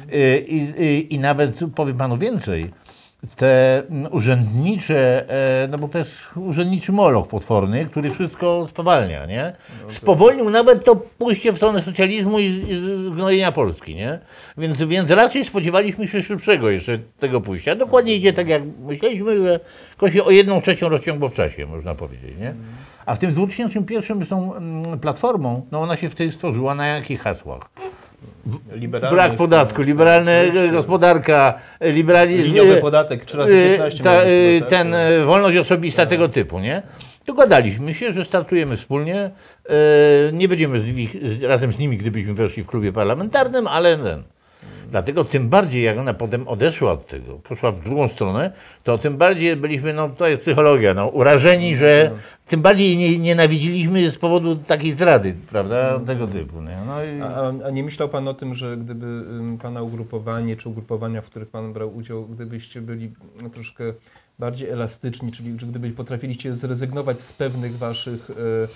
I nawet powiem panu więcej, te urzędnicze, no bo to jest urzędniczy moloch potworny, który wszystko spowalnia, nie? Spowolnił nawet to pójście w stronę socjalizmu i zgnojenia Polski, nie? Więc raczej spodziewaliśmy się szybszego jeszcze tego pójścia. Dokładnie idzie tak, jak myśleliśmy, że tylko się o 1/3 rozciągło w czasie, można powiedzieć, nie? A w tym 2001 z tą platformą, no ona się wtedy stworzyła na jakich hasłach? Liberalny, Brak podatku, liberalna gospodarka, liberalizm, liniowy podatek 3 razy 15 mieliśmy, tak? wolność osobista tego typu, nie? Dogadaliśmy się, że startujemy wspólnie, nie będziemy razem z nimi, gdybyśmy weszli w klubie parlamentarnym, ale dlatego tym bardziej, jak ona potem odeszła od tego, poszła w drugą stronę, to tym bardziej byliśmy, no to jest psychologia, no, urażeni, że tym bardziej jej nienawidziliśmy z powodu takiej zdrady, prawda, tego typu. Nie? No i... A nie myślał pan o tym, że gdyby pana ugrupowanie, czy ugrupowania, w których pan brał udział, gdybyście byli troszkę bardziej elastyczni, czyli że gdyby potrafiliście zrezygnować z pewnych waszych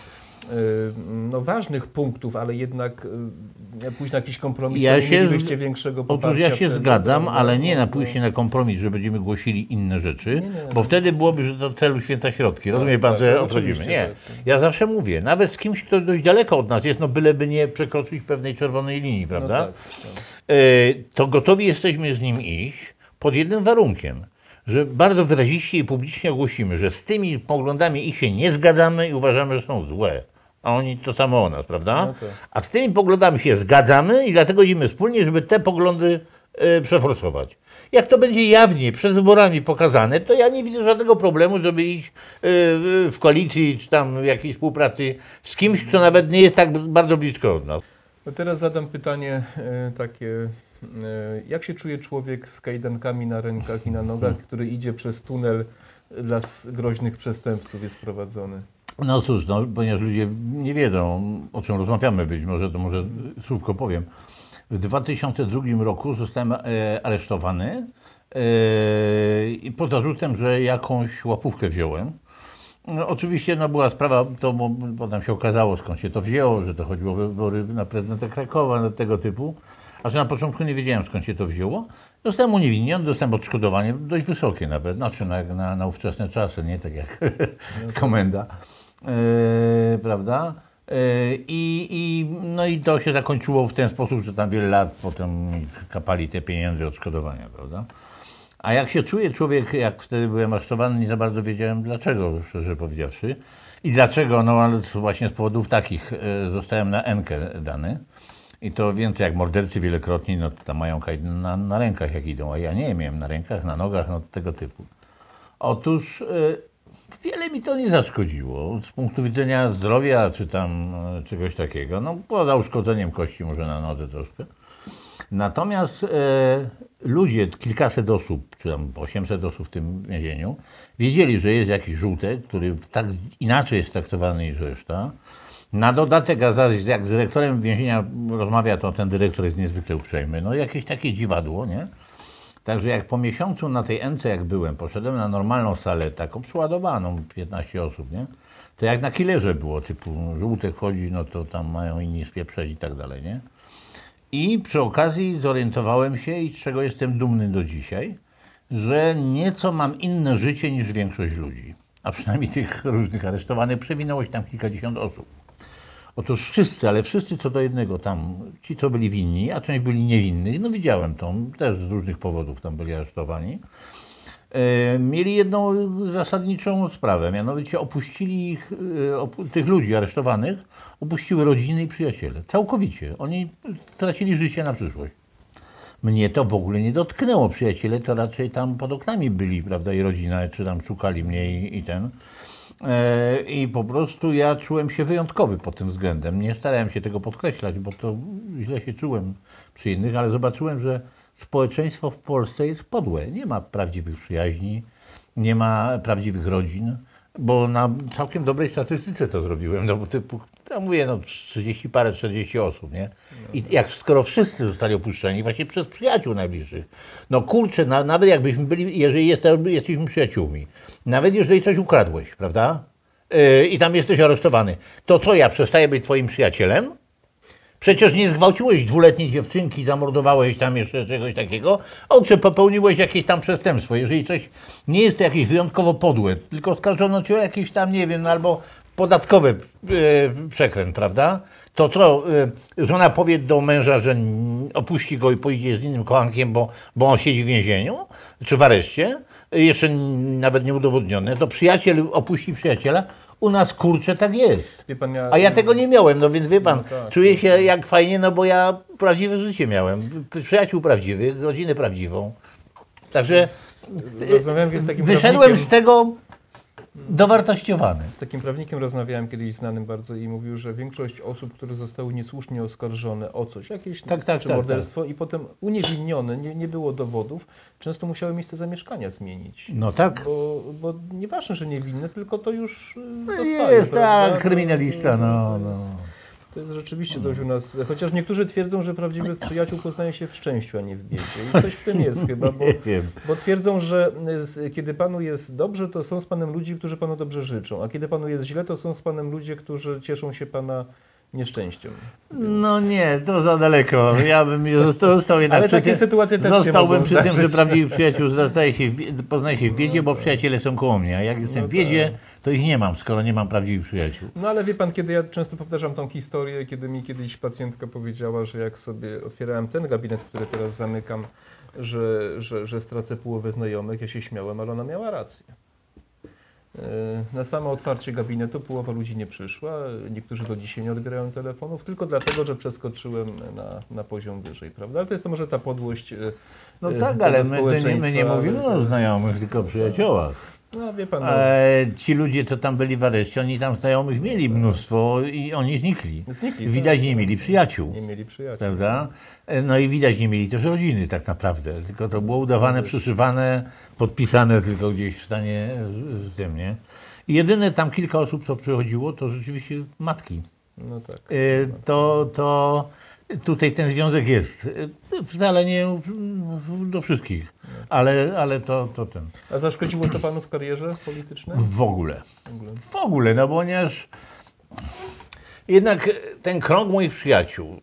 no, ważnych punktów, ale jednak pójść na jakiś kompromis, to nie mielibyście większego poparcia. Otóż ja się wtedy, zgadzam, prawda? ale nie na pójście na kompromis, że będziemy głosili inne rzeczy, bo wtedy byłoby, że do celu święta środki. Rozumie pan, tak, że no, odchodzimy? oczywiście, Nie. tak. Ja zawsze mówię, nawet z kimś, kto dość daleko od nas jest, no byleby nie przekroczyć pewnej czerwonej linii, No prawda? tak, tak. To gotowi jesteśmy z nim iść pod jednym warunkiem, że bardzo wyraziście i publicznie ogłosimy, że z tymi poglądami ich się nie zgadzamy i uważamy, że są złe. A oni to samo o nas, prawda? No tak. A z tymi poglądami się zgadzamy i dlatego idziemy wspólnie, żeby te poglądy przeforsować. Jak to będzie jawnie przed wyborami pokazane, to ja nie widzę żadnego problemu, żeby iść w koalicji czy tam w jakiejś współpracy z kimś, kto nawet nie jest tak bardzo blisko od nas. No teraz zadam pytanie takie. Jak się czuje człowiek z kajdankami na rękach i na nogach, który idzie przez tunel dla groźnych przestępców, jest prowadzony? No cóż, no, ponieważ ludzie nie wiedzą, o czym rozmawiamy, być może to może słówko powiem. W 2002 roku zostałem aresztowany i pod zarzutem, że jakąś łapówkę wziąłem. No, oczywiście no, była sprawa, to potem się okazało, skąd się to wzięło, że to chodziło o wybory na prezydenta Krakowa, no, tego typu. A że na początku nie wiedziałem, skąd się to wzięło. Zostałem uniewinniony, dostałem odszkodowanie, dość wysokie nawet, znaczy na ówczesne czasy, nie tak jak komenda, prawda? No i to się zakończyło w ten sposób, że tam wiele lat potem mi kapali te pieniądze odszkodowania, prawda? A jak się czuje człowiek, jak wtedy byłem aresztowany, nie za bardzo wiedziałem dlaczego, szczerze powiedziawszy. I dlaczego, no ale właśnie z powodów takich zostałem na N-kę dany. I to więcej jak mordercy wielokrotni, no to tam mają na rękach jak idą, a ja nie miałem na rękach, na nogach, no tego typu. Otóż wiele mi to nie zaszkodziło z punktu widzenia zdrowia czy tam czegoś takiego, no poza uszkodzeniem kości może na nodze troszkę. Natomiast ludzie, kilkaset osób, czy tam 800 osób w tym więzieniu, wiedzieli, że jest jakiś żółtek, który tak inaczej jest traktowany niż reszta. Na dodatek, a zaś jak z dyrektorem więzienia rozmawia, to ten dyrektor jest niezwykle uprzejmy. No jakieś takie dziwadło, nie? Także jak po miesiącu na tej N-ce jak byłem, poszedłem na normalną salę, taką przeładowaną, 15 osób, nie? To jak na killerze było, typu żółtek chodzi, no to tam mają inni spieprzeć i tak dalej, nie? I przy okazji zorientowałem się, i z czego jestem dumny do dzisiaj, że nieco mam inne życie niż większość ludzi. A przynajmniej tych różnych aresztowanych przewinęło się tam kilkadziesiąt osób. Otóż wszyscy, ale wszyscy co do jednego tam, ci co byli winni, a część byli niewinni, no widziałem to, też z różnych powodów tam byli aresztowani, mieli jedną zasadniczą sprawę, mianowicie opuścili ich, tych ludzi aresztowanych, opuściły rodziny i przyjaciele, całkowicie. Oni tracili życie na przyszłość. Mnie to w ogóle nie dotknęło, przyjaciele to raczej tam pod oknami byli, prawda, i rodzina, czy tam szukali mnie i ten. I po prostu ja czułem się wyjątkowy pod tym względem. Nie starałem się tego podkreślać, bo to źle się czułem przy innych, ale zobaczyłem, że społeczeństwo w Polsce jest podłe. Nie ma prawdziwych przyjaźni, nie ma prawdziwych rodzin, bo na całkiem dobrej statystyce to zrobiłem, no bo typu, ja mówię, no 30 parę, 40 osób, nie? I jak skoro wszyscy zostali opuszczeni właśnie przez przyjaciół najbliższych, no kurczę, nawet jakbyśmy byli, jeżeli jesteśmy przyjaciółmi, nawet jeżeli coś ukradłeś, prawda? I tam jesteś aresztowany, to co, ja przestaję być twoim przyjacielem? Przecież nie zgwałciłeś 2-letniej dziewczynki, zamordowałeś tam jeszcze czegoś takiego, czy popełniłeś jakieś tam przestępstwo. Jeżeli coś nie jest to jakieś wyjątkowo podłe, tylko oskarżono cię o jakieś tam, nie wiem, albo podatkowy przekręt, prawda? To co, żona powie do męża, że opuści go i pójdzie z innym kochankiem, bo on siedzi w więzieniu, czy w areszcie, jeszcze nawet nieudowodnione, to przyjaciel opuści przyjaciela. U nas, kurczę, tak jest. Wie pan, A ja tego nie miałem, no więc wie pan, No tak, czuję się jak fajnie, no bo ja prawdziwe życie miałem. Przyjaciół prawdziwych, rodzinę prawdziwą. Także rozmawiałem z takim wyszedłem prawnikiem. z tego dowartościowany. Z takim prawnikiem rozmawiałem kiedyś znanym bardzo i mówił, że większość osób, które zostały niesłusznie oskarżone o coś, jakieś czy morderstwo i potem uniewinnione, nie było dowodów, często musiały miejsce zamieszkania zmienić. No tak. Bo nieważne, że niewinne, tylko to już zostaje. Jest, prawda? tak, kryminalista, no. To jest rzeczywiście dość u nas, chociaż niektórzy twierdzą, że prawdziwych przyjaciół poznaje się w szczęściu, a nie w biedzie. I coś w tym jest chyba, bo twierdzą, że kiedy panu jest dobrze, to są z panem ludzie, którzy panu dobrze życzą, a kiedy panu jest źle, to są z panem ludzie, którzy cieszą się pana nieszczęściem. No nie, to za daleko. Ja bym został jednak Ale takie sytuacje też się zostałbym mogą przy tym, że zdarzyć. prawdziwych przyjaciół poznaje się w biedzie, bo przyjaciele są koło mnie. A jak jestem w biedzie, to ich nie mam, skoro nie mam prawdziwych przyjaciół. No ale wie pan, kiedy ja często powtarzam tą historię, kiedy mi kiedyś pacjentka powiedziała, że jak sobie otwierałem ten gabinet, który teraz zamykam, że stracę połowę znajomych, ja się śmiałem, ale ona miała rację. Na samo otwarcie gabinetu połowa ludzi nie przyszła, niektórzy do dzisiaj nie odbierają telefonów, tylko dlatego, że przeskoczyłem na poziom wyżej, prawda? Ale to jest to może ta podłość No tak, ale my nie społeczeństwa, mówimy o znajomych, tylko o przyjaciołach. No wie pan, Ci ludzie, co tam byli w areszcie, oni tam znajomych mieli mnóstwo i oni znikli. Widać, nie mieli przyjaciół. nie mieli przyjaciół. Prawda? No i widać, nie mieli też rodziny tak naprawdę, tylko to było udawane, przyszywane, podpisane tylko gdzieś w stanie z tym, nie? I jedyne tam kilka osób, co przychodziło, to rzeczywiście matki. No tak. To tutaj ten związek jest. Wcale nie do wszystkich, ale to ten. A zaszkodziło to panu w karierze politycznej? W ogóle. No bo ponieważ jednak ten krąg moich przyjaciół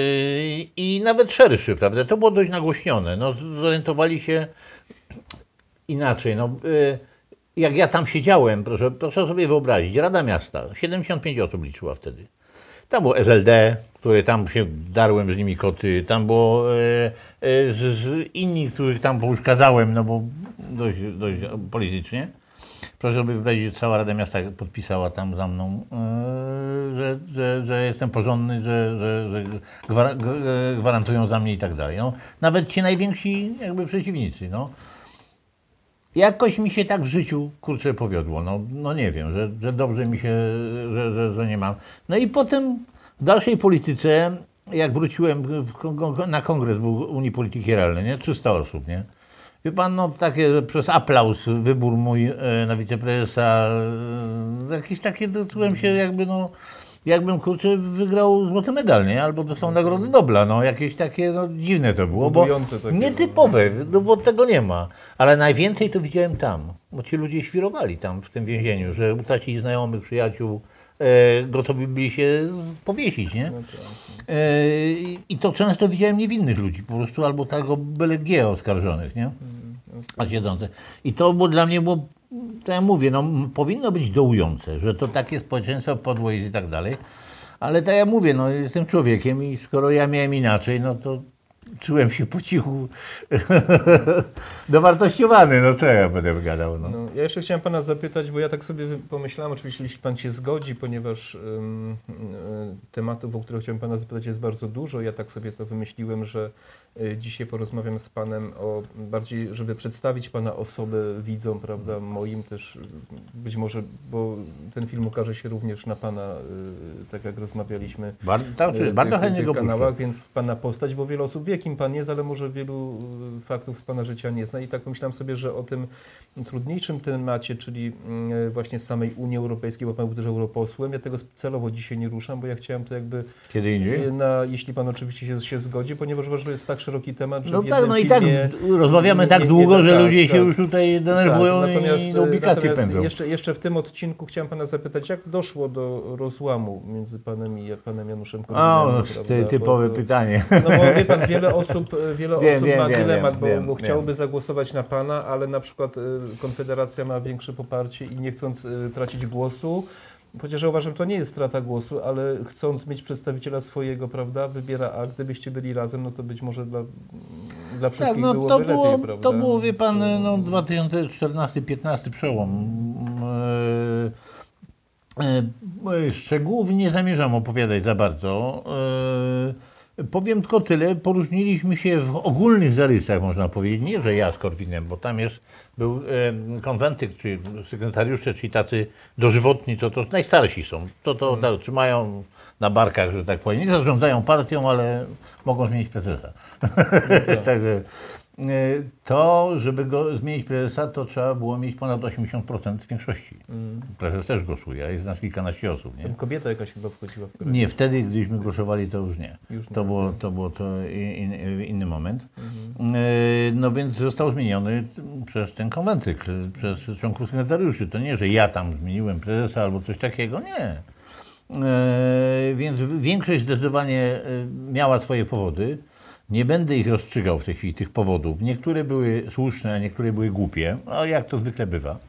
i nawet szerszy, prawda, to było dość nagłośnione. No, zorientowali się inaczej. No, jak ja tam siedziałem, proszę sobie wyobrazić, Rada Miasta, 75 osób liczyła wtedy. Tam było SLD, które tam się darłem z nimi koty, tam było inni, których tam pouszkadzałem, no bo dość politycznie. Proszę sobie wyobrazić, że cała Rada Miasta podpisała tam za mną, że jestem porządny, że gwarantują za mnie i tak dalej. No, nawet ci najwięksi jakby przeciwnicy. No. Jakoś mi się tak w życiu, kurczę, powiodło. No nie wiem, że dobrze mi się, że nie mam. No i potem w dalszej polityce, jak wróciłem na kongres był Unii Polityki Realnej, nie? 300 osób, nie? Wie pan, no takie przez aplauz wybór mój na wiceprezesa, jakieś takie, czułem się jakby, no, jakbym, kurczę, wygrał złoty medal, nie? Albo dostał Nagrodę Nobla, no, jakieś takie, no, dziwne to było, bo nietypowe, no, bo tego nie ma. Ale najwięcej to widziałem tam, bo ci ludzie świrowali tam w tym więzieniu, że utracili znajomych, przyjaciół, gotowi byli się powiesić, nie? I to często widziałem niewinnych ludzi, po prostu albo tego byle G oskarżonych, nie? A siedzące. I to było dla mnie, to ja mówię, no powinno być dołujące, że to takie społeczeństwo podłe jest i tak dalej, ale tak ja mówię, no jestem człowiekiem i skoro ja miałem inaczej, no to czułem się po cichu dowartościowany, no co ja będę gadał. No. No, ja jeszcze chciałem pana zapytać, bo ja tak sobie pomyślałem, oczywiście jeśli pan się zgodzi, ponieważ tematów, o które chciałem pana zapytać jest bardzo dużo, ja tak sobie to wymyśliłem, że dzisiaj porozmawiam z panem o bardziej, żeby przedstawić pana osobę widzom, prawda, moim też, być może, bo ten film ukaże się również na pana, tak jak rozmawialiśmy, Bardzo chętnie go kanałach, puszczę. więc pana postać, bo wiele osób wie, kim pan jest, ale może wielu faktów z pana życia nie zna i tak pomyślałem sobie, że o tym trudniejszym temacie, czyli właśnie z samej Unii Europejskiej, bo pan był też europosłem, ja tego celowo dzisiaj nie ruszam, bo ja chciałem to jakby, Kiedy indziej? jeśli pan oczywiście się zgodzi, ponieważ uważam, że jest tak szeroki temat, że No w tak, jednym no i tak filmie rozmawiamy nie- tak nie- długo, nie- że tak, ludzie tak. się już tutaj denerwują i do ubikacji pędzą. jeszcze w tym odcinku chciałem pana zapytać, jak doszło do rozłamu między panem i panem Januszem Korwinem? Typowe pytanie. No bo wie pan, wiele osób ma wiem, dylemat, wiem, bo wiem. chciałoby zagłosować na pana, ale na przykład Konfederacja ma większe poparcie i nie chcąc tracić głosu, chociaż ja uważam, to nie jest strata głosu, ale chcąc mieć przedstawiciela swojego, prawda, wybiera, a gdybyście byli razem, no to być może dla wszystkich Tak, no byłoby lepiej, prawda? to było, wie Więc pan, to- no 2014-15 przełom. Szczegółów nie zamierzam opowiadać za bardzo. Powiem tylko tyle, poróżniliśmy się w ogólnych zarysach, można powiedzieć, nie, że ja z Korwinem, bo tam był konwentyk, czy sekretariusze, czyli tacy dożywotni, to najstarsi są, tak, trzymają na barkach, że tak powiem, nie zarządzają partią, ale mogą zmienić prezesa. Także to, żeby go zmienić prezesa, to trzeba było mieć ponad 80% większości. Prezes też głosuje, a jest nas kilkanaście osób. Nie? Tam kobieta jakaś chyba wchodziła w grę. Nie, wtedy, gdyśmy głosowali, to już nie. Już nie. To było inny moment. No więc został zmieniony przez ten konwentykl, przez członków sekretariuszy. To nie, że ja tam zmieniłem prezesa albo coś takiego, nie. Więc większość zdecydowanie miała swoje powody. Nie będę ich rozstrzygał w tej chwili, tych powodów. Niektóre były słuszne, a niektóre były głupie, a jak to zwykle bywa.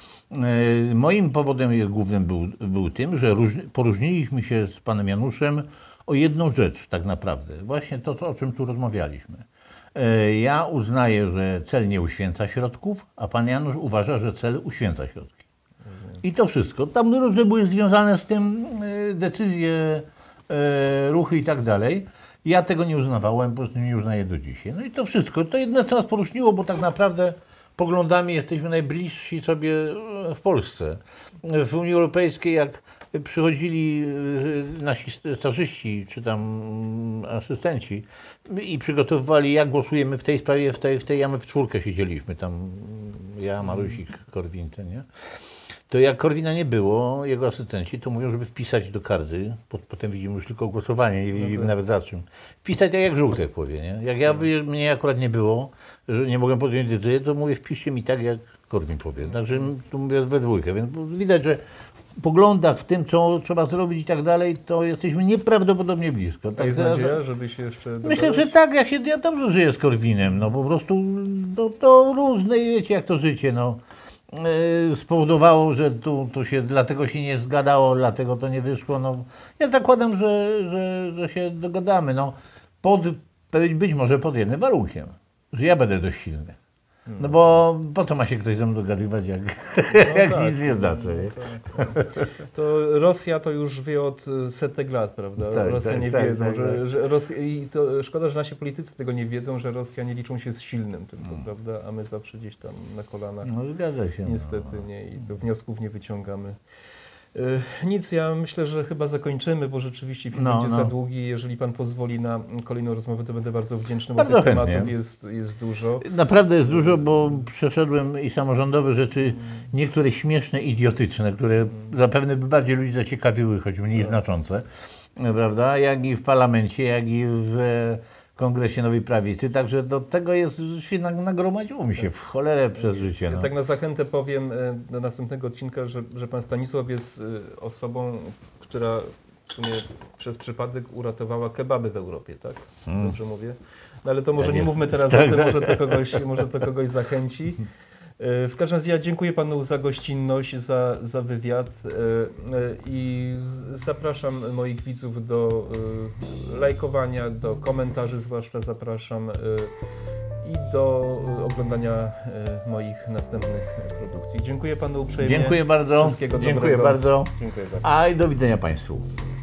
Moim powodem głównym był tym, że poróżniliśmy się z panem Januszem o jedną rzecz tak naprawdę. Właśnie to, o czym tu rozmawialiśmy. Ja uznaję, że cel nie uświęca środków, a pan Janusz uważa, że cel uświęca środki. I to wszystko. Tam różne były związane z tym decyzje, ruchy i tak dalej. Ja tego nie uznawałem, po prostu nie uznaję do dzisiaj. No i to wszystko. To jedyne, co nas poróżniło, bo tak naprawdę poglądami jesteśmy najbliżsi sobie w Polsce. W Unii Europejskiej, jak przychodzili nasi stażyści, czy tam asystenci i przygotowywali, jak głosujemy w tej sprawie, w tej, a my w czwórkę siedzieliśmy tam, ja, Marusik, Korwin, nie? To jak Korwina nie było, jego asystenci, to mówią, żeby wpisać do karty, potem widzimy już tylko głosowanie, nie widzimy nawet za czym. Wpisać tak jak żółtek powie, nie? Jak mnie akurat nie było, że nie mogłem podjąć decyzji, to mówię, wpiszcie mi tak, jak Korwin powie. Także tu mówię we dwójkę, więc widać, że w poglądach, w tym, co trzeba zrobić i tak dalej, to jesteśmy nieprawdopodobnie blisko. A Tak jest nadzieja, żeby się jeszcze Myślę, dogadać? że tak, ja dobrze żyję z Korwinem, no po prostu to różne, wiecie, jak to życie, no. Spowodowało, że tu się, dlatego się nie zgadało, dlatego to nie wyszło. No, ja zakładam, że się dogadamy. No, być może pod jednym warunkiem, że ja będę dość silny. No bo po co ma się ktoś ze mną dogadywać, jak, jak tak, nic nie znaczy. Nie? Tak. To Rosja to już wie od setek lat, prawda? Tak, Rosjanie tak, wiedzą, tak, że i to szkoda, że nasi politycy tego nie wiedzą, że Rosjanie liczą się z silnym tylko, prawda? A my zawsze gdzieś tam na kolanach. No zgadza się. Niestety nie i do wniosków nie wyciągamy. Nic, ja myślę, że chyba zakończymy, bo rzeczywiście film będzie za długi. Jeżeli pan pozwoli na kolejną rozmowę, to będę bardzo wdzięczny, bo Bardzo tych chętnie. tematów jest dużo. Naprawdę jest dużo, bo przeszedłem i samorządowe rzeczy, niektóre śmieszne, idiotyczne, które zapewne by bardziej ludzi zaciekawiły, choć mniej znaczące, prawda? Jak i w parlamencie, jak i w Kongresie Nowej Prawicy, także do tego jest, się nagromadziło mi się w cholerę przez życie. No. Ja tak na zachętę powiem do następnego odcinka, że pan Stanisław jest osobą, która w sumie przez przypadek uratowała kebaby w Europie, tak? Dobrze mówię? No ale to może Tak nie jest. mówmy teraz Tak, o tym, tak. może to kogoś zachęci. W każdym razie ja dziękuję panu za gościnność, za wywiad i zapraszam moich widzów do lajkowania, do komentarzy zwłaszcza zapraszam i do oglądania moich następnych produkcji. Dziękuję panu uprzejmie. Dziękuję bardzo. Wszystkiego Dziękuję dobrego. bardzo. Dziękuję bardzo. A i do widzenia państwu.